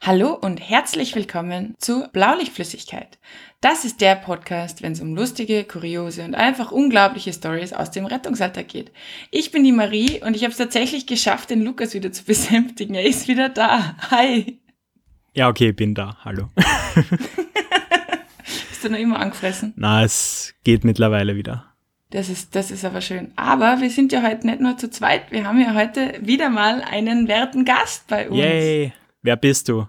Hallo und herzlich willkommen zu Blaulichtflüssigkeit. Das ist der Podcast, wenn es um lustige, kuriose und einfach unglaubliche Stories aus dem Rettungsalltag geht. Ich bin die Marie und ich habe es tatsächlich geschafft, den Lukas wieder zu besänftigen. Er ist wieder da. Hi. Ja, okay, ich bin da. Hallo. Bist du noch immer angefressen? Na, es geht mittlerweile wieder. Das ist aber schön. Aber wir sind ja heute nicht nur zu zweit. Wir haben ja heute wieder mal einen werten Gast bei uns. Yay. Wer bist du?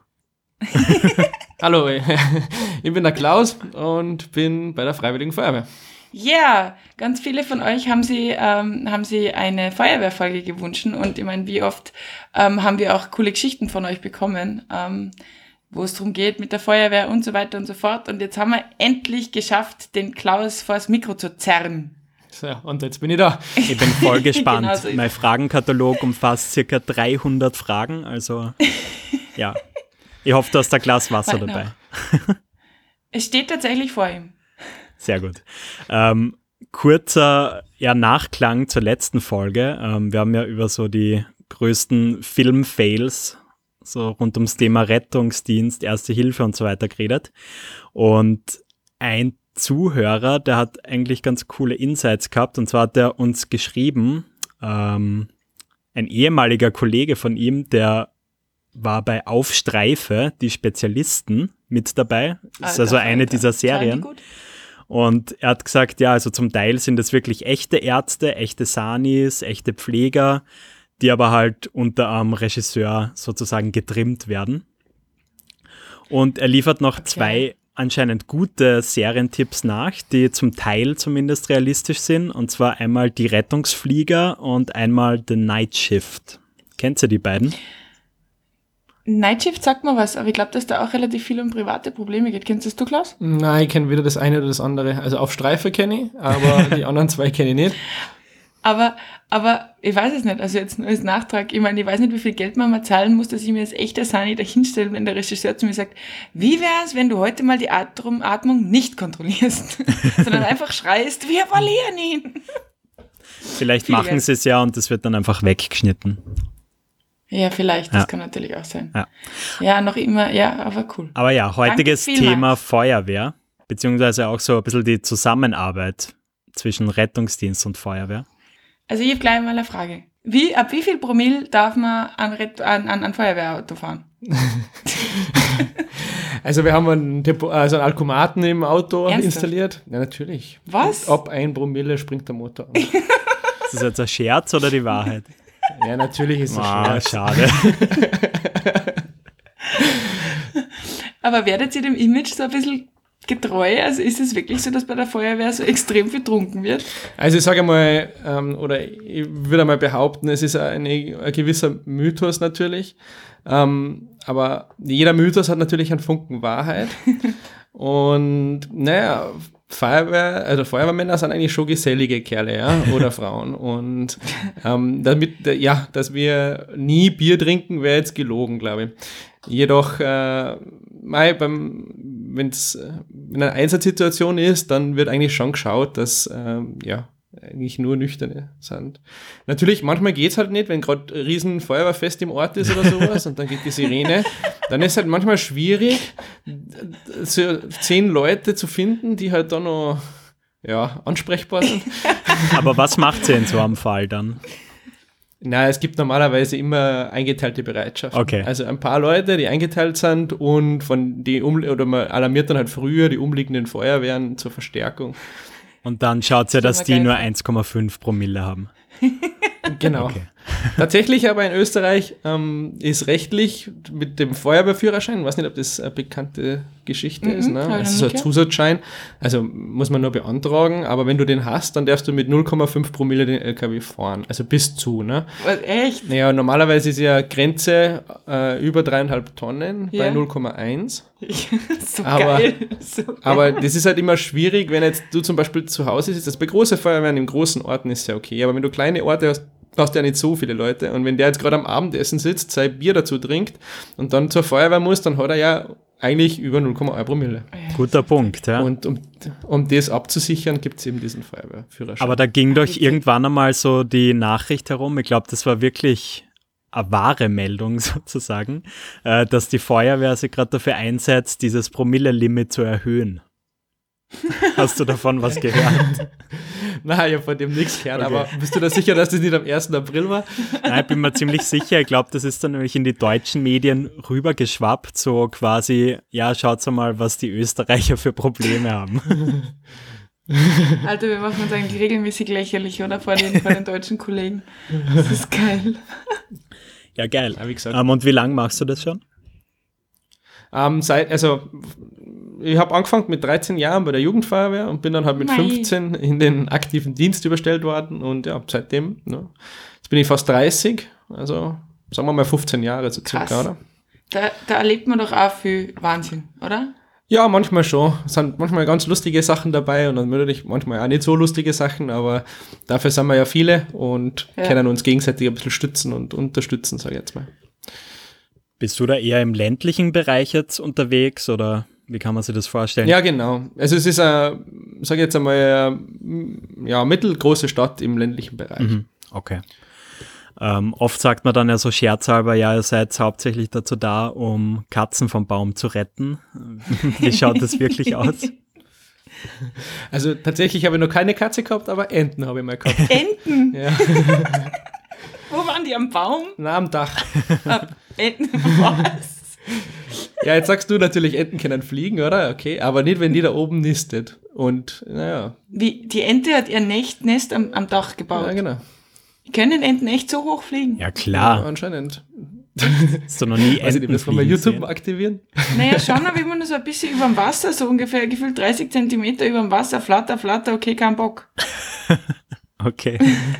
Hallo, ich bin der Klaus und bin bei der Freiwilligen Feuerwehr. Ja, yeah, ganz viele von euch haben sie eine Feuerwehrfolge gewünscht und ich meine, wie oft haben wir auch coole Geschichten von euch bekommen, wo es darum geht mit der Feuerwehr und so weiter und so fort. Und jetzt haben wir endlich geschafft, den Klaus vors Mikro zu zerren. So, und jetzt bin ich da. Ich bin voll gespannt. Genau so. Mein Fragenkatalog umfasst ca. 300 Fragen, also ja. Ich hoffe, du hast ein Glas Wasser dabei. Es steht tatsächlich vor ihm. Sehr gut. Kurzer Nachklang zur letzten Folge. Wir haben ja über so die größten Film-Fails so rund ums Thema Rettungsdienst, Erste Hilfe und so weiter geredet. Und ein Zuhörer, der hat eigentlich ganz coole Insights gehabt, und zwar hat er uns geschrieben, ein ehemaliger Kollege von ihm, der war bei Auf Streife, die Spezialisten, mit dabei. Das ist also eine dieser Serien. Und er hat gesagt, ja, also zum Teil sind es wirklich echte Ärzte, echte Sanis, echte Pfleger, die aber halt unter einem Regisseur sozusagen getrimmt werden. Und er liefert noch zwei anscheinend gute Serientipps nach, die zum Teil zumindest realistisch sind. Und zwar einmal Die Rettungsflieger und einmal The Night Shift. Kennt ihr die beiden? Night Shift sagt mir was, aber ich glaube, dass da auch relativ viel um private Probleme geht. Kennst das du, Klaus? Nein, ich kenne weder das eine oder das andere. Also Auf Streife kenne ich, aber die anderen zwei kenne ich nicht. Aber ich weiß es nicht, also jetzt nur als Nachtrag, ich meine, ich weiß nicht, wie viel Geld man mal zahlen muss, dass ich mir als echter Sani dahinstelle, wenn der Regisseur zu mir sagt, wie wär's, wenn du heute mal die Atmung nicht kontrollierst, sondern einfach schreist, wir verlieren ihn. Vielleicht machen sie es ja und es wird dann einfach weggeschnitten. Ja, vielleicht, das kann natürlich auch sein. Ja, noch immer, ja, aber cool. Aber ja, heutiges Thema Feuerwehr, beziehungsweise auch so ein bisschen die Zusammenarbeit zwischen Rettungsdienst und Feuerwehr. Also ich habe gleich mal eine Frage. Ab wie viel Promille darf man an Feuerwehrauto fahren? Also wir haben einen Alkomaten im Auto installiert. Ja, natürlich. Was? Und ab 1 Promille springt der Motor an. Ist das jetzt ein Scherz oder die Wahrheit? Ja, natürlich ist es Scherz. Schade. Aber werdet ihr dem Image so ein bisschen getreu? Also ist es wirklich so, dass bei der Feuerwehr so extrem viel getrunken wird? Also ich sage mal, oder ich würde mal behaupten, es ist ein gewisser Mythos natürlich. Aber jeder Mythos hat natürlich einen Funken Wahrheit. Und naja, Feuerwehrmänner sind eigentlich schon gesellige Kerle, ja, oder Frauen. Und dass wir nie Bier trinken, wäre jetzt gelogen, glaube ich. Jedoch, wenn eine Einsatzsituation ist, dann wird eigentlich schon geschaut, dass eigentlich nur Nüchterne sind. Natürlich, manchmal geht's halt nicht, wenn gerade ein riesen Feuerwehrfest im Ort ist oder sowas und dann geht die Sirene, dann ist halt manchmal schwierig, so 10 Leute zu finden, die halt da noch ansprechbar sind. Aber was macht sie in so einem Fall dann? Na, es gibt normalerweise immer eingeteilte Bereitschaft. Okay. Also ein paar Leute, die eingeteilt sind und oder man alarmiert dann halt früher die umliegenden Feuerwehren zur Verstärkung. Und dann schaut ja, dass die nur 1,5 Promille haben. Genau. Okay. Tatsächlich aber in Österreich ist rechtlich mit dem Feuerwehrführerschein, ich weiß nicht, ob das eine bekannte Geschichte ist, ne? Also so ein Zusatzschein, also muss man nur beantragen, aber wenn du den hast, dann darfst du mit 0,5 Promille den LKW fahren, also bis zu, ne? Was, echt? Naja, normalerweise ist ja Grenze über 3,5 Tonnen bei 0,1. So geil. Aber das ist halt immer schwierig, wenn jetzt du zum Beispiel zu Hause sitzt, das bei großen Feuerwehren in großen Orten ist ja okay, aber wenn du kleine Orte hast, brauchst du ja nicht so viele Leute. Und wenn der jetzt gerade am Abendessen sitzt, sein Bier dazu trinkt und dann zur Feuerwehr muss, dann hat er ja eigentlich über 0,1 Promille. Guter Punkt, ja. Und um das abzusichern, gibt es eben diesen Feuerwehrführerschein. Aber da ging doch irgendwann einmal so die Nachricht herum, ich glaube, das war wirklich eine wahre Meldung sozusagen, dass die Feuerwehr sich gerade dafür einsetzt, dieses Promille-Limit zu erhöhen. Hast du davon was gehört? Nein, ich habe von dem nichts gehört, Okay. aber bist du da sicher, dass das nicht am 1. April war? Nein, ich bin mir ziemlich sicher. Ich glaube, das ist dann nämlich in die deutschen Medien rübergeschwappt, so quasi, ja, schaut mal, was die Österreicher für Probleme haben. Alter, wir machen uns eigentlich regelmäßig lächerlich, oder? Vor den deutschen Kollegen. Das ist geil. Ja, geil. Ja, wie gesagt. Und wie lange machst du das schon? Ich habe angefangen mit 13 Jahren bei der Jugendfeuerwehr und bin dann halt mit Mei. 15 in den aktiven Dienst überstellt worden und ja, seitdem, ne, jetzt bin ich fast 30, also sagen wir mal 15 Jahre so circa, Krass. oder? Da erlebt man doch auch viel Wahnsinn, oder? Ja, manchmal schon. Es sind manchmal ganz lustige Sachen dabei und dann natürlich manchmal auch nicht so lustige Sachen, aber dafür sind wir ja viele und Ja. können uns gegenseitig ein bisschen stützen und unterstützen, sage ich jetzt mal. Bist du da eher im ländlichen Bereich jetzt unterwegs oder wie kann man sich das vorstellen? Ja, genau. Also es ist eine, sage ich jetzt einmal, ja, mittelgroße Stadt im ländlichen Bereich. Mhm. Okay. Oft sagt man dann ja so scherzhalber, ja, ihr seid hauptsächlich dazu da, um Katzen vom Baum zu retten. Wie schaut das wirklich aus? Also tatsächlich habe ich noch keine Katze gehabt, aber Enten habe ich mal gehabt. Enten? Ja. Wo waren die am Baum? Na, am Dach. Enten, was? Ja, jetzt sagst du natürlich, Enten können fliegen, oder? Okay, aber nicht, wenn die da oben nistet. Und, naja. Wie, die Ente hat ihr Nest am Dach gebaut. Ja, genau. Können Enten echt so hoch fliegen? Ja, klar. Anscheinend. Hast du noch nie Weiß ich nicht, Enten müssen wir mal fliegen YouTube sehen? aktivieren? Naja, schon aber immer nur so ein bisschen über dem Wasser, so ungefähr gefühlt 30 Zentimeter über dem Wasser, flatter, okay, kein Bock. Okay.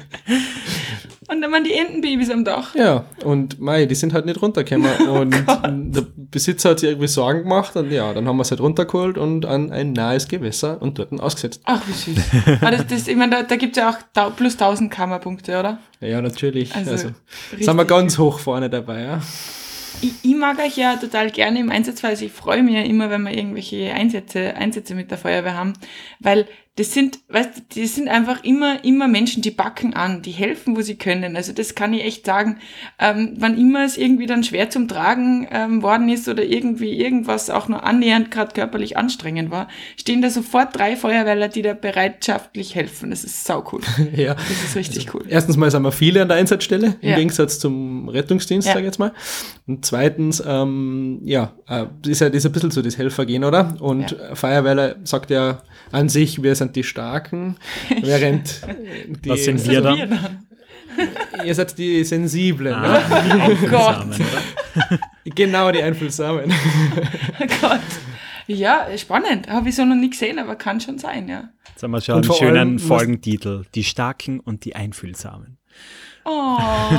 Und dann waren die Entenbabys am Dach. Ja, und mei, die sind halt nicht runtergekommen. Und der Besitzer hat sich irgendwie Sorgen gemacht und ja, dann haben wir es halt runtergeholt und an ein nahes Gewässer und dort ausgesetzt. Ach, wie süß. Aber ich meine, da gibt es ja auch plus 1000 Kammerpunkte, oder? Ja, natürlich. Also richtig sind wir ganz hoch vorne dabei, ja. Ich mag euch ja total gerne im Einsatz, weil ich freue mich ja immer, wenn wir irgendwelche Einsätze mit der Feuerwehr haben, weil das sind einfach immer Menschen, die packen an, die helfen, wo sie können. Also das kann ich echt sagen. Wann immer es irgendwie dann schwer zum Tragen worden ist oder irgendwie irgendwas auch nur annähernd gerade körperlich anstrengend war, stehen da sofort 3 Feuerwehrler, die da bereitschaftlich helfen. Das ist sau cool. Ja. Das ist richtig cool. Erstens mal sind wir viele an der Einsatzstelle, im Ja. Gegensatz zum Rettungsdienst, Ja. sage ich jetzt mal. Und zweitens, ist ein bisschen so das Helfergehen, oder? Und Feuerwehrler sagt ja an sich, wir sind die Starken, während die, Was sind Was wir sind dann? ihr seid die Sensiblen, Ah, Oh Gott. oder? Genau, die Einfühlsamen. Oh Gott. Ja, spannend. Habe ich so noch nie gesehen, aber kann schon sein, ja. Jetzt haben wir schon Und einen vor schönen allem, Folgentitel. Die Starken und die Einfühlsamen. Oh.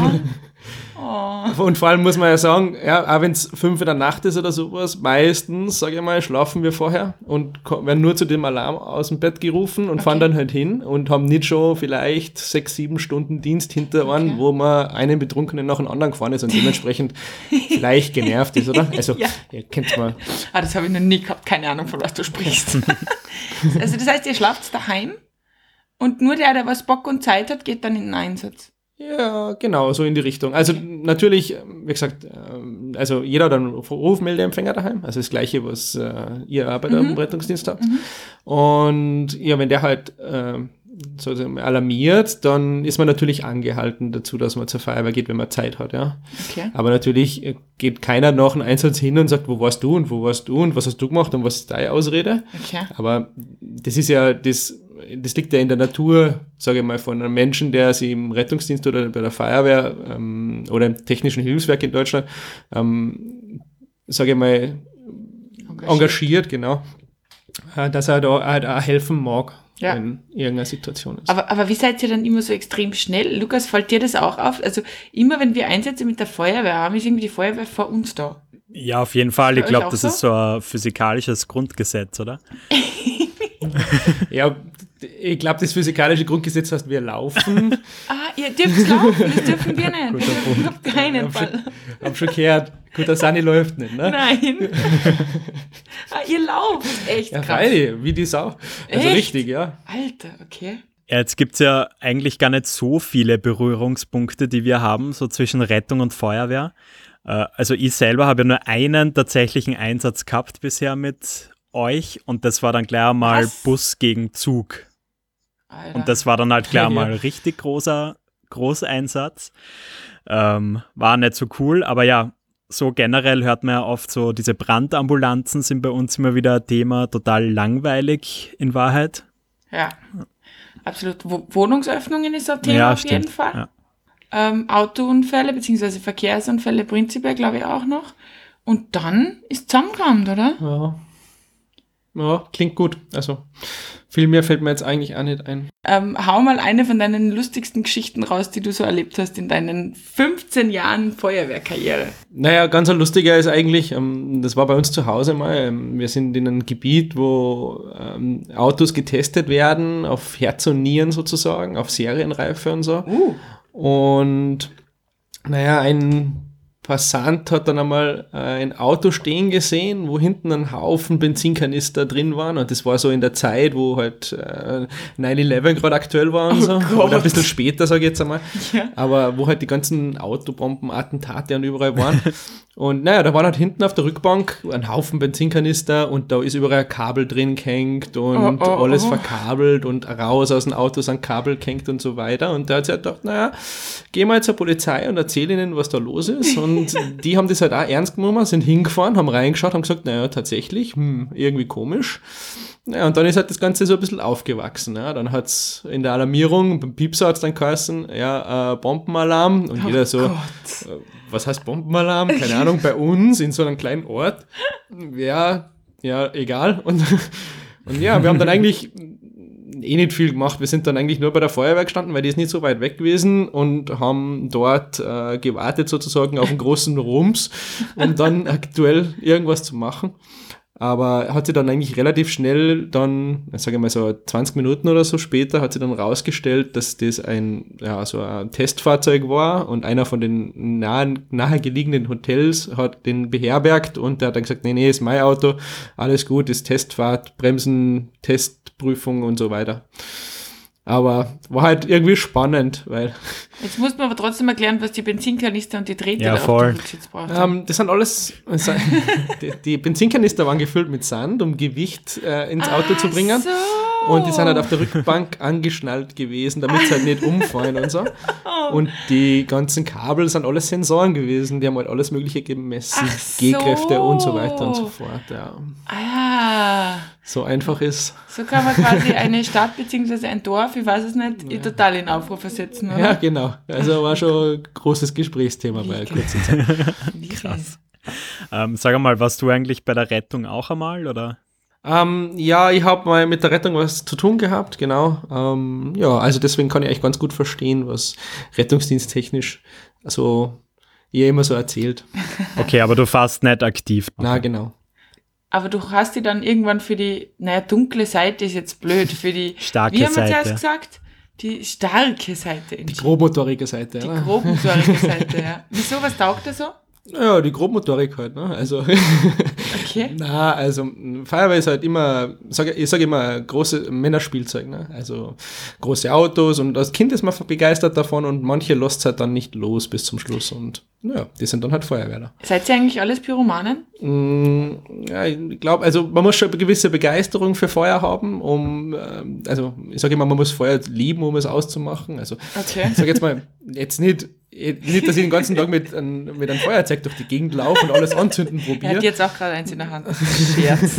Und vor allem muss man ja sagen, ja, auch wenn es 5 in der Nacht ist oder sowas, meistens, sage ich mal, schlafen wir vorher und werden nur zu dem Alarm aus dem Bett gerufen und fahren dann halt hin und haben nicht schon vielleicht 6-7 Stunden Dienst hinter an, wo man einen Betrunkenen nach dem anderen gefahren ist und dementsprechend vielleicht genervt ist, oder? Also, Ja. ihr kennt's mal. Das habe ich noch nie gehabt. Keine Ahnung, von was du sprichst. Also das heißt, ihr schlaft daheim und nur der was Bock und Zeit hat, geht dann in den Einsatz. Ja, genau, so in die Richtung. Also natürlich, wie gesagt, also jeder hat einen Rufmeldeempfänger daheim, also das Gleiche, was ihr auch bei der Rettungsdienst habt. Und ja, wenn der halt sozusagen alarmiert, dann ist man natürlich angehalten dazu, dass man zur Feuerwehr geht, wenn man Zeit hat, ja. Okay. Aber natürlich geht keiner nach einem Einsatz hin und sagt, wo warst du und was hast du gemacht und was ist deine Ausrede? Okay. Aber das ist ja, das liegt ja in der Natur, sage ich mal, von einem Menschen, der sich im Rettungsdienst oder bei der Feuerwehr oder im technischen Hilfswerk in Deutschland, sage ich mal, engagiert, genau, dass er da halt auch helfen mag, Ja. wenn irgendeine Situation ist. Aber wie seid ihr dann immer so extrem schnell? Lukas, fällt dir das auch auf? Also immer, wenn wir Einsätze mit der Feuerwehr haben, ist irgendwie die Feuerwehr vor uns da. Ja, auf jeden Fall. Ich Bei euch glaube, auch das so? ist so ein physikalisches Grundgesetz, oder? Ja, ich glaube, das physikalische Grundgesetz heißt, wir laufen. Ihr dürft laufen, das dürfen wir nicht. Auf keinen Fall. Hab schon gehört, gut, der Sani läuft nicht, ne? Nein. Ihr lauft, echt Ja, krass. freilich, wie die Sau. Also Echt? richtig, ja. Alter, okay. Ja, jetzt gibt es ja eigentlich gar nicht so viele Berührungspunkte, die wir haben, so zwischen Rettung und Feuerwehr. Also ich selber habe ja nur einen tatsächlichen Einsatz gehabt bisher mit euch und das war dann gleich einmal Bus gegen Zug. Alter. Und das war dann halt gleich mal richtig großer Einsatz. War nicht so cool, aber ja, so generell hört man ja oft so, diese Brandambulanzen sind bei uns immer wieder ein Thema, total langweilig in Wahrheit. Ja, absolut. Wohnungsöffnungen ist ein Thema Ja, auf stimmt. jeden Fall. Ja. Autounfälle bzw. Verkehrsunfälle prinzipiell, glaube ich, auch noch. Und dann ist zusammengerammt, oder? Ja, klingt gut. Also viel mehr fällt mir jetzt eigentlich auch nicht ein. Hau mal eine von deinen lustigsten Geschichten raus, die du so erlebt hast in deinen 15 Jahren Feuerwehrkarriere. Naja, ganz ein lustiger ist eigentlich, das war bei uns zu Hause mal, wir sind in einem Gebiet, wo Autos getestet werden, auf Herz und Nieren sozusagen, auf Serienreife und so. Und naja, ein Passant hat dann einmal ein Auto stehen gesehen, wo hinten ein Haufen Benzinkanister drin waren und das war so in der Zeit, wo halt 9/11 gerade aktuell war und so, oder ein bisschen später, sage ich jetzt einmal, aber wo halt die ganzen Autobomben, Attentate und überall waren. Und naja, da waren halt hinten auf der Rückbank ein Haufen Benzinkanister und da ist überall ein Kabel drin gehängt und alles verkabelt und raus aus dem Auto sind Kabel gehängt und so weiter. Und da hat sie halt gedacht, naja, geh mal zur Polizei und erzähl ihnen, was da los ist. Und die haben das halt auch ernst genommen, sind hingefahren, haben reingeschaut, haben gesagt, naja, tatsächlich, irgendwie komisch. Ja, und dann ist halt das Ganze so ein bisschen aufgewachsen. Ja. Dann hat es in der Alarmierung, beim Piepser hat es dann geheißen, Bombenalarm. Und jeder so, was heißt Bombenalarm? Keine Ahnung, bei uns in so einem kleinen Ort. Ja, egal. Und ja, wir haben dann eigentlich nicht viel gemacht. Wir sind dann eigentlich nur bei der Feuerwehr gestanden, weil die ist nicht so weit weg gewesen und haben dort gewartet sozusagen auf einen großen Rums, um dann aktuell irgendwas zu machen. Aber hat sie dann eigentlich relativ schnell dann, sage ich mal so 20 Minuten oder so später, hat sie dann rausgestellt, dass das ein Testfahrzeug war und einer von den nahe gelegenen Hotels hat den beherbergt und der hat dann gesagt, nee, ist mein Auto, alles gut, ist Testfahrt, Bremsen, Testprüfung und so weiter. Aber war halt irgendwie spannend, weil... Jetzt muss man aber trotzdem erklären, was die Benzinkanister und die Drähte ja, da auf dem Rücksitz brauchen. Das sind alles... die Benzinkanister waren gefüllt mit Sand, um Gewicht ins Auto zu bringen. So. Und die sind halt auf der Rückbank angeschnallt gewesen, damit sie halt nicht umfallen und so. Und die ganzen Kabel sind alles Sensoren gewesen, die haben halt alles Mögliche gemessen. G-Kräfte und so weiter und so fort, ja. So einfach ist. So kann man quasi eine Stadt bzw. ein Dorf, ich weiß es nicht, total in Aufruhr versetzen, oder? Ja, genau. Also war schon ein großes Gesprächsthema bei kurzer Zeit. Krass. Sag mal, warst du eigentlich bei der Rettung auch einmal, oder? Ja, ich habe mal mit der Rettung was zu tun gehabt, genau. Also deswegen kann ich eigentlich ganz gut verstehen, was rettungsdiensttechnisch so ihr immer so erzählt. Okay, aber du fährst nicht aktiv. Okay. Na, genau. Aber du hast dich dann irgendwann für die, dunkle Seite ist jetzt blöd, für die starke wie haben wir Seite. zuerst gesagt? Die starke Seite. Die grobmotorige Seite. Die grobmotorige Seite, ja. Wieso, was taugt das so? Ja, die Grobmotorik halt, ne? Also, okay. Also Feuerwehr ist halt immer, ich sage immer, große Männerspielzeug, ne? Also große Autos und als Kind ist man begeistert davon und manche lässt es halt dann nicht los bis zum Schluss und ja, die sind dann halt Feuerwehrler. Seid ihr eigentlich alles Pyromanen? Ja, ich glaube, also man muss schon eine gewisse Begeisterung für Feuer haben, ich sage immer, man muss Feuer lieben, um es auszumachen. Also okay. Ich sage jetzt mal, jetzt nicht, dass ich den ganzen Tag mit einem Feuerzeug durch die Gegend laufe und alles anzünden probiere. Er hat jetzt auch gerade eins in der Hand. Scherz.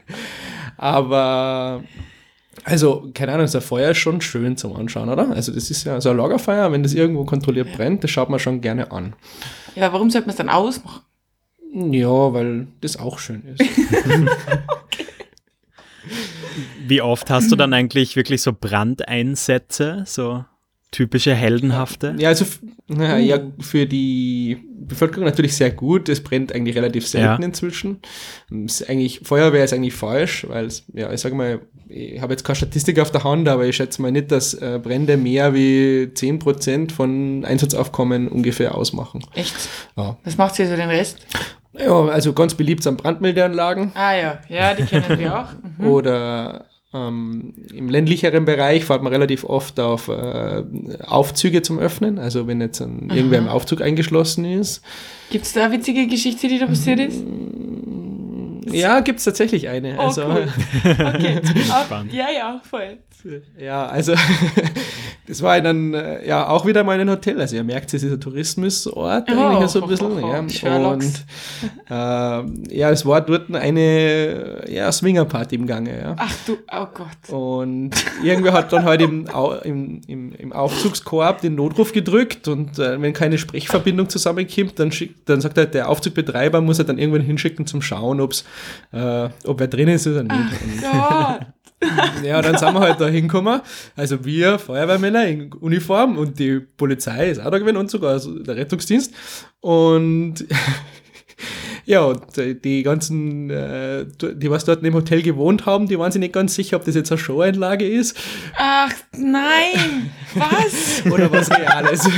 Aber, also, keine Ahnung, so ein Feuer ist schon schön zum Anschauen, oder? Also das ist ja so ein Lagerfeuer, wenn das irgendwo kontrolliert brennt, das schaut man schon gerne an. Ja, warum sollte man es dann ausmachen? Ja, weil das auch schön ist. Okay. Wie oft hast du dann eigentlich wirklich so Brandeinsätze, so typische heldenhafte? Ja, also ja, für die Bevölkerung natürlich sehr gut. Es brennt eigentlich relativ selten inzwischen. Feuerwehr ist eigentlich falsch, weil ich sage mal, ich habe jetzt keine Statistik auf der Hand, aber ich schätze mal nicht, dass Brände mehr wie 10% von Einsatzaufkommen ungefähr ausmachen. Echt? Ja. Was macht sie so den Rest? Ja, also ganz beliebt sind Brandmeldeanlagen. Ah ja, die kennen wir auch. Oder Im ländlicheren Bereich fährt man relativ oft auf Aufzüge zum Öffnen. Also wenn jetzt irgendwer im Aufzug eingeschlossen ist. Gibt es da eine witzige Geschichte, die da passiert ist? Ja, gibt es tatsächlich eine. Oh, also, cool. Okay. Ja, voll. Ja, also das war dann auch wieder mal ein Hotel. Also ihr merkt, es ist ein Tourismusort eigentlich so ein bisschen. Und es war dort eine Swingerparty im Gange. Ja. Ach du, oh Gott. Und irgendwer hat dann halt im Aufzugskorb den Notruf gedrückt und wenn keine Sprechverbindung zusammenkommt, dann sagt halt der Aufzugbetreiber, muss er dann irgendwann hinschicken zum Schauen, ob wer drin ist oder nicht. Ach Gott. Ja, dann sind wir halt da hingekommen. Also wir Feuerwehrmänner in Uniform und die Polizei ist auch da gewesen und sogar der Rettungsdienst. Und ja, und die ganzen, die was dort im Hotel gewohnt haben, die waren sich nicht ganz sicher, ob das jetzt eine Showeinlage ist. Ach nein, was? Oder was Reales.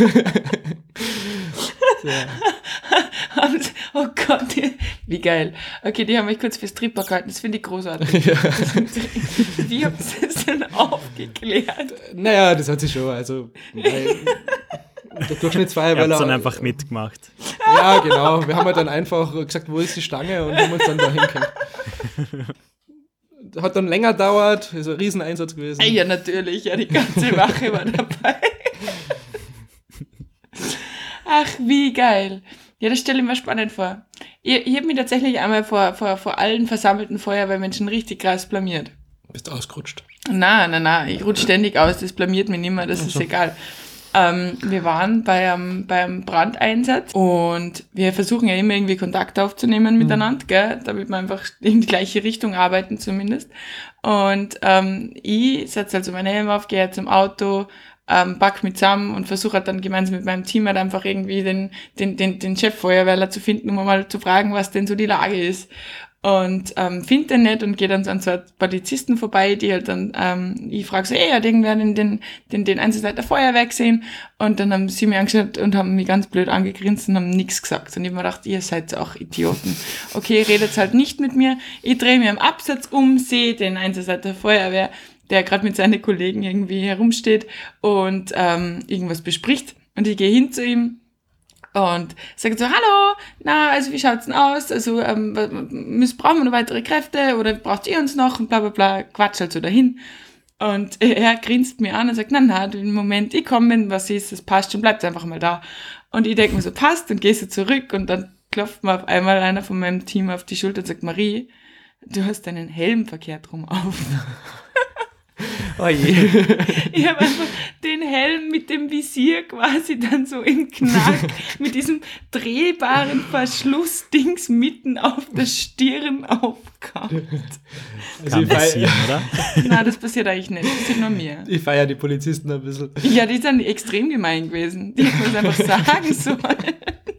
Oh Gott, wie geil. Okay, die haben mich kurz fürs Tripper gehalten, das finde ich großartig. Ja. Wie habt ihr das denn aufgeklärt? Naja, das hat sich schon, also der Durchschnittsfeuerwehrler... Ihr habt dann einfach mitgemacht. Ja, genau. Wir haben halt dann einfach gesagt, wo ist die Stange und haben uns dann da hingekommen. Hat dann länger gedauert, ist ein Rieseneinsatz gewesen. Ja, natürlich, ja, die ganze Wache war dabei. Ach, wie geil. Ja, das stelle ich mir spannend vor. Ich habe mich tatsächlich einmal vor allen versammelten Feuerwehrmenschen richtig krass blamiert. Bist du ausgerutscht? Nein, ich rutsche ständig aus, das blamiert mich nicht mehr, das ist egal. Wir waren beim Brandeinsatz und wir versuchen ja immer irgendwie Kontakt aufzunehmen miteinander, gell, damit wir einfach in die gleiche Richtung arbeiten zumindest. Und ich setze also meinen Helm auf, gehe zum Auto, pack mich zusammen und versuche halt dann gemeinsam mit meinem Team halt einfach irgendwie den Cheffeuerwehrler zu finden, um mal zu fragen, was denn so die Lage ist. Und finde den nicht und gehe dann an so Polizisten vorbei, die halt dann, ich frage so, hat irgendwer den Einsatzleiter Feuerwehr gesehen? Und dann haben sie mir angeschaut und haben mich ganz blöd angegrinst und haben nichts gesagt. Und ich habe mir gedacht, ihr seid auch Idioten. Okay, redet halt nicht mit mir. Ich drehe mir am Absatz um, sehe den Einsatzleiter Feuerwehr, der gerade mit seinen Kollegen irgendwie herumsteht und irgendwas bespricht. Und ich gehe hin zu ihm und sage so, hallo, also wie schaut's denn aus? Also brauchen wir noch weitere Kräfte oder braucht ihr uns noch? Und bla bla bla, quatsch halt so dahin. Und er grinst mir an und sagt, na, im Moment, ich komme, wenn was ist, das passt schon, bleibt einfach mal da. Und ich denke mir so, passt, und gehe so zurück und dann klopft mir auf einmal einer von meinem Team auf die Schulter und sagt, Marie, du hast deinen Helm verkehrt rum auf. Oh je. Ich habe einfach den Helm mit dem Visier quasi dann so im Knack mit diesem drehbaren Verschlussdings mitten auf der Stirn aufgehabt. Kann passieren, oder? Nein, das passiert eigentlich nicht. Das passiert nur mir. Ich feiere die Polizisten ein bisschen. Ja, die sind extrem gemein gewesen. Die hätten uns einfach sagen sollen.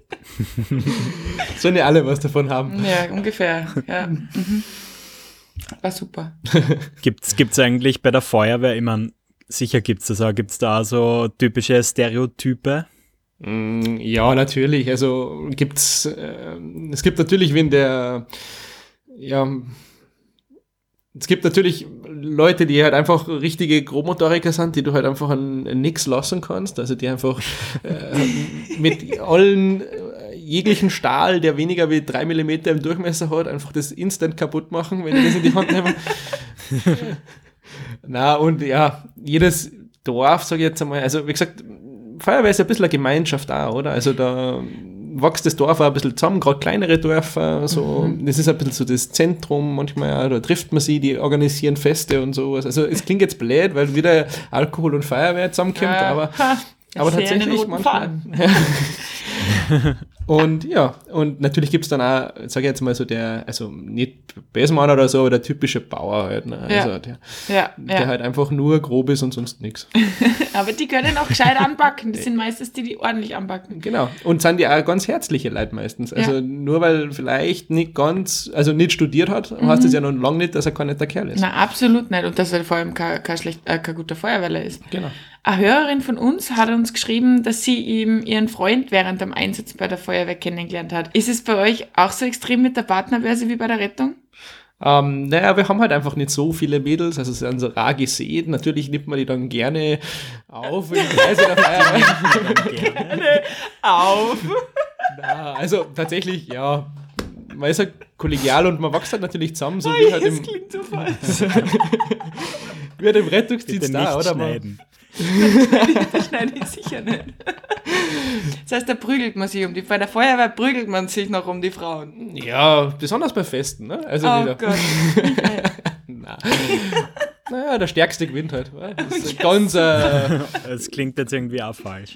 Sollen ja alle was davon haben. Ja, ungefähr. Ja. Mhm. War super. Gibt's eigentlich bei der Feuerwehr, ich meine, sicher gibt's das, aber gibt's da so typische Stereotype? Ja, natürlich. Also es gibt natürlich es gibt natürlich Leute, die halt einfach richtige Grobmotoriker sind, die du halt einfach an nix lassen kannst. Also die einfach mit allen jeglichen Stahl, der weniger wie 3 mm im Durchmesser hat, einfach das instant kaputt machen, wenn die das in die Hand nehmen. Na, und ja, jedes Dorf, sage ich jetzt einmal, also wie gesagt, Feuerwehr ist ein bisschen eine Gemeinschaft auch, oder? Also da wächst das Dorf auch ein bisschen zusammen, gerade kleinere Dörfer, so, das ist ein bisschen so das Zentrum manchmal, da trifft man sie, die organisieren Feste und sowas. Also es klingt jetzt blöd, weil wieder Alkohol und Feuerwehr zusammenkommt, aber tatsächlich manchmal. Und ja, und natürlich gibt es dann auch, sage ich jetzt mal so also nicht Bessmann oder so, aber der typische Bauer halt, ne? Also der halt einfach nur grob ist und sonst nichts. Aber die können auch gescheit anbacken, das sind meistens die ordentlich anbacken. Genau, und sind die auch ganz herzliche Leute meistens. Also nur weil vielleicht nicht studiert hat, heißt das ja noch lange nicht, dass er kein netter Kerl ist. Na, absolut nicht, und dass er vor allem kein guter Feuerwehrler ist. Genau. Eine Hörerin von uns hat uns geschrieben, dass sie eben ihren Freund während dem Einsatz bei der Feuerwehr kennengelernt hat. Ist es bei euch auch so extrem mit der Partnerbörse wie bei der Rettung? Naja, wir haben halt einfach nicht so viele Mädels, also sie sind so rar gesät. Natürlich nimmt man die dann gerne auf in die Kreise der Feier. Gerne auf. Na, also tatsächlich, ja, man ist halt kollegial und man wächst halt natürlich zusammen, so Oh, wie halt das im, klingt so falsch. wie halt im Rettungsdienst Bitte da, nicht oder? schneiden. Das schneide ich sicher nicht. Das heißt, da prügelt man sich bei der Feuerwehr prügelt man sich noch um die Frauen. Ja, besonders bei Festen, ne? Also Oh wieder. Gott. Na. Naja, der Stärkste gewinnt halt. wa? Das ist Yes. ganz, Das klingt jetzt irgendwie auch falsch.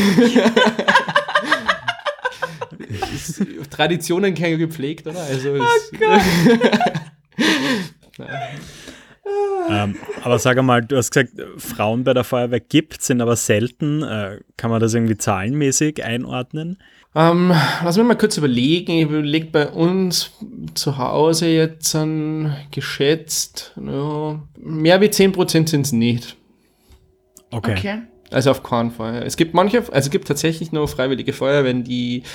Traditionen keine gepflegt, oder? Also Aber sag einmal, du hast gesagt, Frauen bei der Feuerwehr gibt, sind aber selten. Kann man das irgendwie zahlenmäßig einordnen? lass mich mal kurz überlegen. Ich überlege bei uns zu Hause jetzt geschätzt, ja, mehr wie 10% sind es nicht. Okay. Also auf keinen Fall. Es gibt es gibt tatsächlich nur freiwillige Feuerwehren, die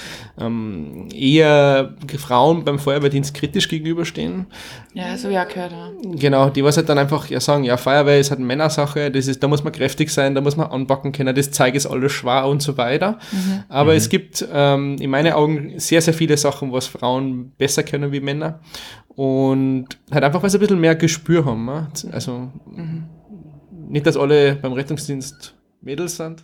eher Frauen beim Feuerwehrdienst kritisch gegenüberstehen. Ja, so ja gehört. Ja. Genau, die was halt dann einfach sagen, ja, Feuerwehr ist halt eine Männersache, da muss man kräftig sein, da muss man anpacken können, das zeigt es alles schwer und so weiter. Aber es gibt in meinen Augen sehr, sehr viele Sachen, was Frauen besser können wie Männer. Und halt einfach, weil sie ein bisschen mehr Gespür haben. Ne? Also nicht, dass alle beim Rettungsdienst Mädels sind.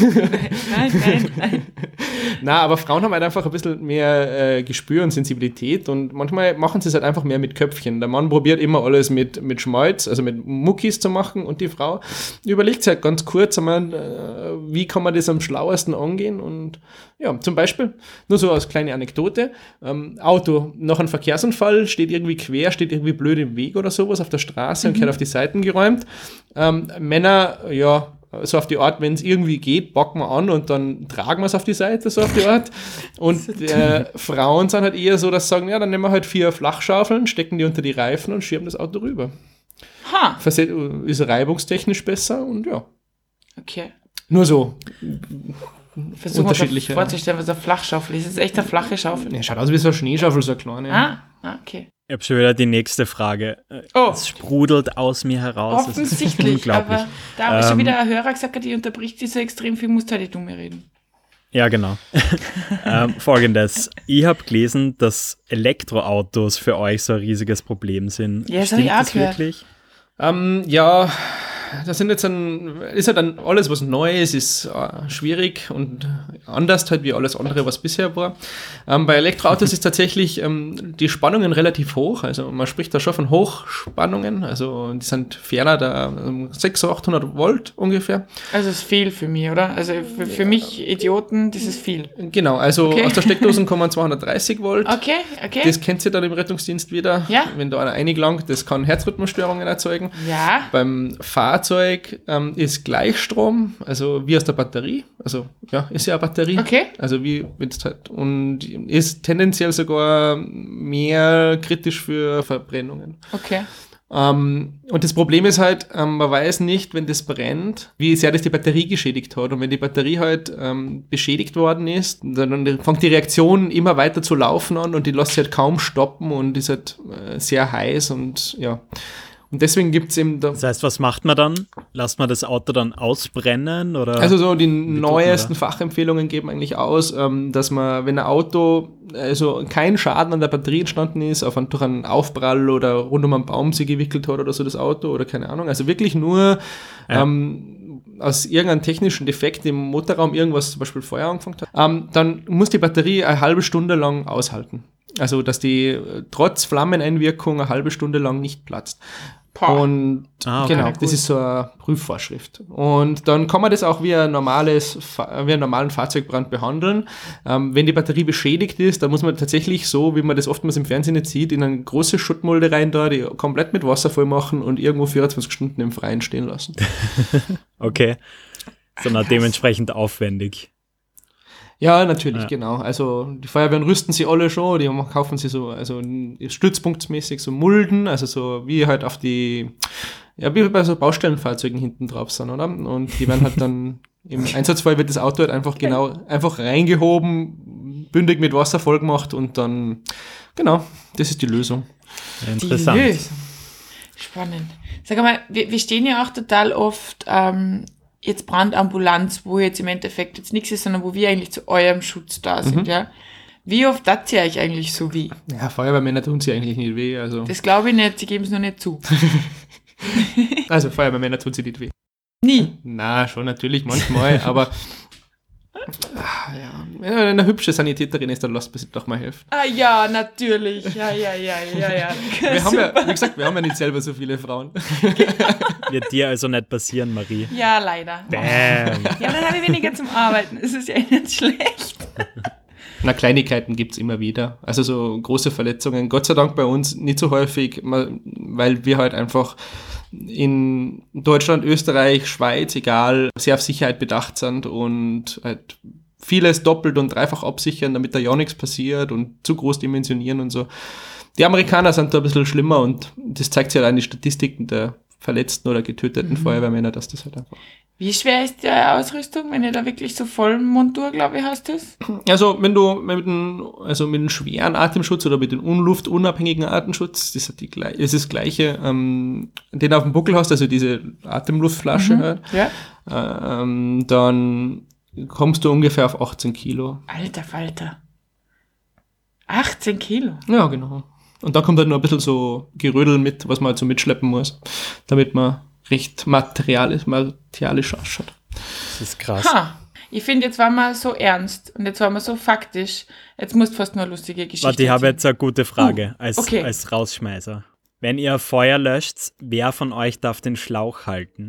Nein. Na, aber Frauen haben halt einfach ein bisschen mehr Gespür und Sensibilität und manchmal machen sie es halt einfach mehr mit Köpfchen. Der Mann probiert immer alles mit Schmalz, also mit Muckis zu machen und die Frau überlegt sich halt ganz kurz einmal, wie kann man das am schlauesten angehen und ja, zum Beispiel, nur so als kleine Anekdote, Auto, nach einem Verkehrsunfall steht irgendwie quer, steht irgendwie blöd im Weg oder sowas auf der Straße und gehört auf die Seiten geräumt. Männer, ja, so auf die Art, wenn es irgendwie geht, packen wir an und dann tragen wir es auf die Seite, so auf die Art. Und Frauen sind halt eher so, dass sie sagen, ja, dann nehmen wir halt 4 Flachschaufeln, stecken die unter die Reifen und schieben das Auto rüber. Ha. Ist reibungstechnisch besser und ja. Okay. Nur so. Versuchen wir Unterschiedliche. vorzustellen, was eine Flachschaufel ist. Das ist echt eine flache Schaufel. Ja, schaut aus wie so eine Schneeschaufel, so eine kleine. Okay. Ich habe schon wieder die nächste Frage. Oh. Es sprudelt aus mir heraus. Es ist Offensichtlich, unglaublich. aber da habe ich schon wieder ein Hörer gesagt, die unterbricht die so extrem viel, musst du halt du mir reden. Ja, genau. Folgendes. Ich habe gelesen, dass Elektroautos für euch so ein riesiges Problem sind. Ja, das habe ich auch das gehört. wirklich? Ja, das sind jetzt ist halt dann alles, was Neues ist, schwierig und anders halt wie alles andere, was bisher war. Bei Elektroautos ist tatsächlich die Spannungen relativ hoch, also man spricht da schon von Hochspannungen, also die sind ferner da 600, 800 Volt ungefähr. Also ist viel für mich, oder? Also für mich Idioten, das ist viel. Genau, also Okay. aus der Steckdose kommen 230 Volt. Okay. Das kennt ihr dann im Rettungsdienst wieder, Ja. wenn da einer eingelangt, das kann Herzrhythmusstörungen erzeugen. Ja. Beim Fahrzeug ist Gleichstrom, also wie aus der Batterie, also ja, ist ja eine Batterie. Okay. Also wie wenn's halt, und ist tendenziell sogar mehr kritisch für Verbrennungen. Okay. Und das Problem ist halt, man weiß nicht, wenn das brennt, wie sehr das die Batterie geschädigt hat. Und wenn die Batterie halt beschädigt worden ist, dann fängt die Reaktion immer weiter zu laufen an und die lässt sich halt kaum stoppen und ist halt sehr heiß und ja. Und deswegen gibt es eben da. Das heißt, was macht man dann? Lasst man das Auto dann ausbrennen? Oder? Also so die man neuesten da? Fachempfehlungen geben eigentlich aus, dass man, wenn ein Auto, also kein Schaden an der Batterie entstanden ist, durch einen Aufprall oder rund um einen Baum sie gewickelt hat oder so das Auto oder keine Ahnung, also wirklich nur aus irgendeinem technischen Defekt im Motorraum irgendwas, zum Beispiel Feuer angefangen hat, dann muss die Batterie eine halbe Stunde lang aushalten. Also, dass die trotz Flammeneinwirkung eine halbe Stunde lang nicht platzt. Boah. Und okay, genau, gut. das ist so eine Prüfvorschrift. Und dann kann man das auch wie einen normalen Fahrzeugbrand behandeln. Wenn die Batterie beschädigt ist, dann muss man tatsächlich so, wie man das oftmals im Fernsehen nicht sieht, in eine große Schuttmulde rein da, die komplett mit Wasser voll machen und irgendwo 24 Stunden im Freien stehen lassen. Okay. Sondern dementsprechend aufwendig. Ja, natürlich, Ja. genau. Also die Feuerwehren rüsten sie alle schon, die kaufen sie so, also stützpunktsmäßig so Mulden, also so wie halt wie bei so Baustellenfahrzeugen hinten drauf sind, oder? Und die werden halt dann im Einsatzfall wird das Auto halt einfach reingehoben, bündig mit Wasser voll gemacht und dann, genau, das ist die Lösung. Interessant. Die Lösung. Spannend. Sag mal, wir stehen ja auch total oft jetzt Brandambulanz, wo jetzt im Endeffekt jetzt nichts ist, sondern wo wir eigentlich zu eurem Schutz da sind, ja. Wie oft tat ihr euch eigentlich so weh? Ja, Feuerwehrmänner tun sie eigentlich nicht weh. Also, Das glaube ich nicht, sie geben es nur nicht zu. also Feuerwehrmänner tun sie nicht weh. Nie. Na, schon natürlich manchmal, aber ja, wenn eine hübsche Sanitäterin ist, dann lasst mir sie doch mal helfen. Ah ja, natürlich. Ja. Wir haben ja, wie gesagt, wir haben ja nicht selber so viele Frauen. Wird dir also nicht passieren, Marie. Ja, leider. Bam. Ja, dann habe ich weniger zum Arbeiten. Es ist ja nicht schlecht. Na, Kleinigkeiten gibt es immer wieder. Also so große Verletzungen, Gott sei Dank bei uns nicht so häufig, weil wir halt einfach in Deutschland, Österreich, Schweiz, egal, sehr auf Sicherheit bedacht sind und halt vieles doppelt und dreifach absichern, damit da ja nichts passiert und zu groß dimensionieren und so. Die Amerikaner sind da ein bisschen schlimmer und das zeigt sich halt an die Statistiken der verletzten oder getöteten Feuerwehrmänner, dass das halt einfach... Wie schwer ist die Ausrüstung, wenn ihr da wirklich so voll Montur, glaube ich, hast das? Also wenn du mit dem schweren Atemschutz oder mit dem unluftunabhängigen Atemschutz, das ist das Gleiche, den auf dem Buckel hast, also diese Atemluftflasche halt, Ja. dann kommst du ungefähr auf 18 Kilo. Alter Falter. 18 Kilo. Ja, genau. Und da kommt halt noch ein bisschen so Gerödel mit, was man halt so mitschleppen muss, damit man recht materialisch ausschaut. Das ist krass. Ha. Ich finde, jetzt waren wir so ernst und jetzt waren wir so faktisch. Jetzt musst du fast nur eine lustige Geschichte Warte, ich habe erzählen. jetzt eine gute Frage okay. als Rausschmeißer. Wenn ihr Feuer löscht, wer von euch darf den Schlauch halten?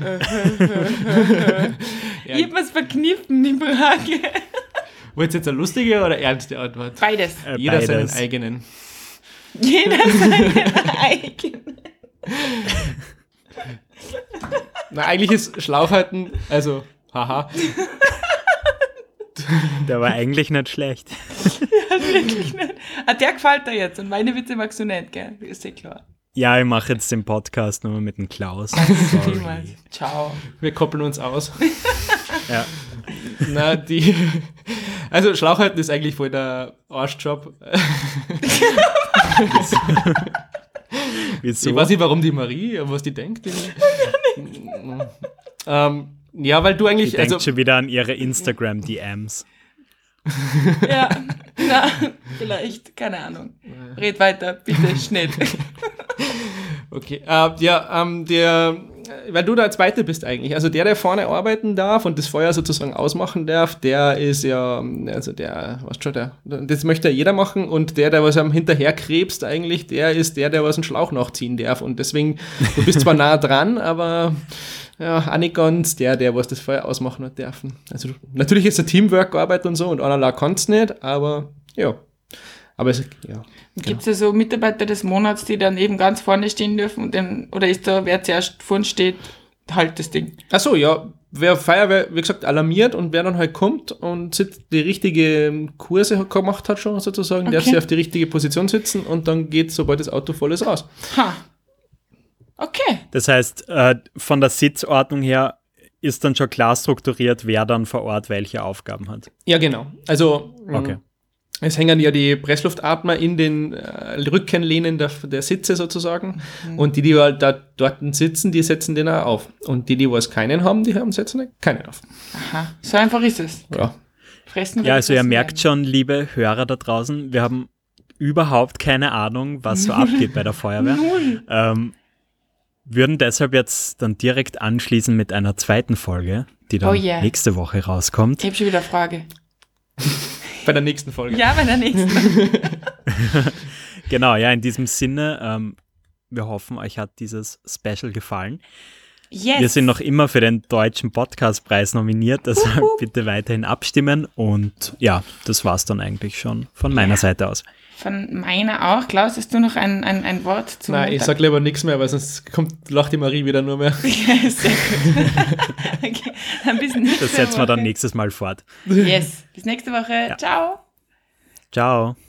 Ich habe was verkniffen, die Frage. Wollt ihr jetzt eine lustige oder ernste Antwort? Beides. Jeder seinen Beides. eigenen. Jeder seinen eigenen. Na, eigentlich ist Schlauchhalten, also, haha. Der war eigentlich nicht schlecht. Wirklich nicht. Ah, der gefällt dir jetzt und meine Witze magst du nicht, gell? Ist ja klar. Ja, ich mache jetzt den Podcast nur mit dem Klaus. Vielmals. Ciao. Wir koppeln uns aus. Ja. Na, also Schlauchhalten ist eigentlich voll der Arschjob. Wieso? Ich weiß nicht, warum die Marie, was die denkt. Ja, weil du eigentlich... Die denkt schon wieder an ihre Instagram-DMs. Ja, na, vielleicht, keine Ahnung. Red weiter, bitte, schnell. Okay, weil du der Zweite bist eigentlich, also der vorne arbeiten darf und das Feuer sozusagen ausmachen darf, der ist ja, also der, weißt schon, das möchte ja jeder machen und der was am hinterher krebst eigentlich, der ist der was einen Schlauch nachziehen darf und deswegen, du bist zwar nah dran, aber ja, auch nicht ganz der was das Feuer ausmachen hat dürfen. Also natürlich ist es Teamwork-Arbeit und so und einer kann es nicht, aber ja. Aber es, ja. Gibt es ja so Mitarbeiter des Monats, die dann eben ganz vorne stehen dürfen und dann, oder ist da, wer zuerst vorne steht, halt das Ding? Ach so, ja. Wer Feuerwehr, wie gesagt, alarmiert und wer dann halt kommt und die richtige Kurse gemacht hat schon sozusagen, Okay. darf sich auf die richtige Position sitzen und dann geht, sobald das Auto voll ist, raus. Ha. Okay. Das heißt, von der Sitzordnung her ist dann schon klar strukturiert, wer dann vor Ort welche Aufgaben hat. Ja, genau. Also Okay. es hängen ja die Pressluftatmer in den Rückenlehnen der Sitze sozusagen und die halt da dort sitzen, die setzen den auch auf. Und die was keinen haben, setzen keinen auf. Aha. So einfach ist es. Ja. Fressen Ja, also ihr fressen merkt schon, liebe Hörer da draußen, wir haben überhaupt keine Ahnung, was so abgeht bei der Feuerwehr. Würden deshalb jetzt dann direkt anschließen mit einer zweiten Folge, die dann Oh yeah. nächste Woche rauskommt. Ich habe schon wieder eine Frage. Bei der nächsten Folge. Ja, bei der nächsten. Genau, ja, in diesem Sinne, wir hoffen, euch hat dieses Special gefallen. Yes. Wir sind noch immer für den Deutschen Podcastpreis nominiert, deshalb bitte weiterhin abstimmen und ja, das war's dann eigentlich schon von meiner Seite aus. Von meiner auch. Klaus, hast du noch ein Wort zu? Nein, ich sag lieber nichts mehr, weil sonst lacht die Marie wieder nur mehr. Ja, sehr gut. Okay, dann bis nächste Das setzen wir dann Woche. nächstes Mal fort. Yes, bis nächste Woche. Ja. Ciao. Ciao.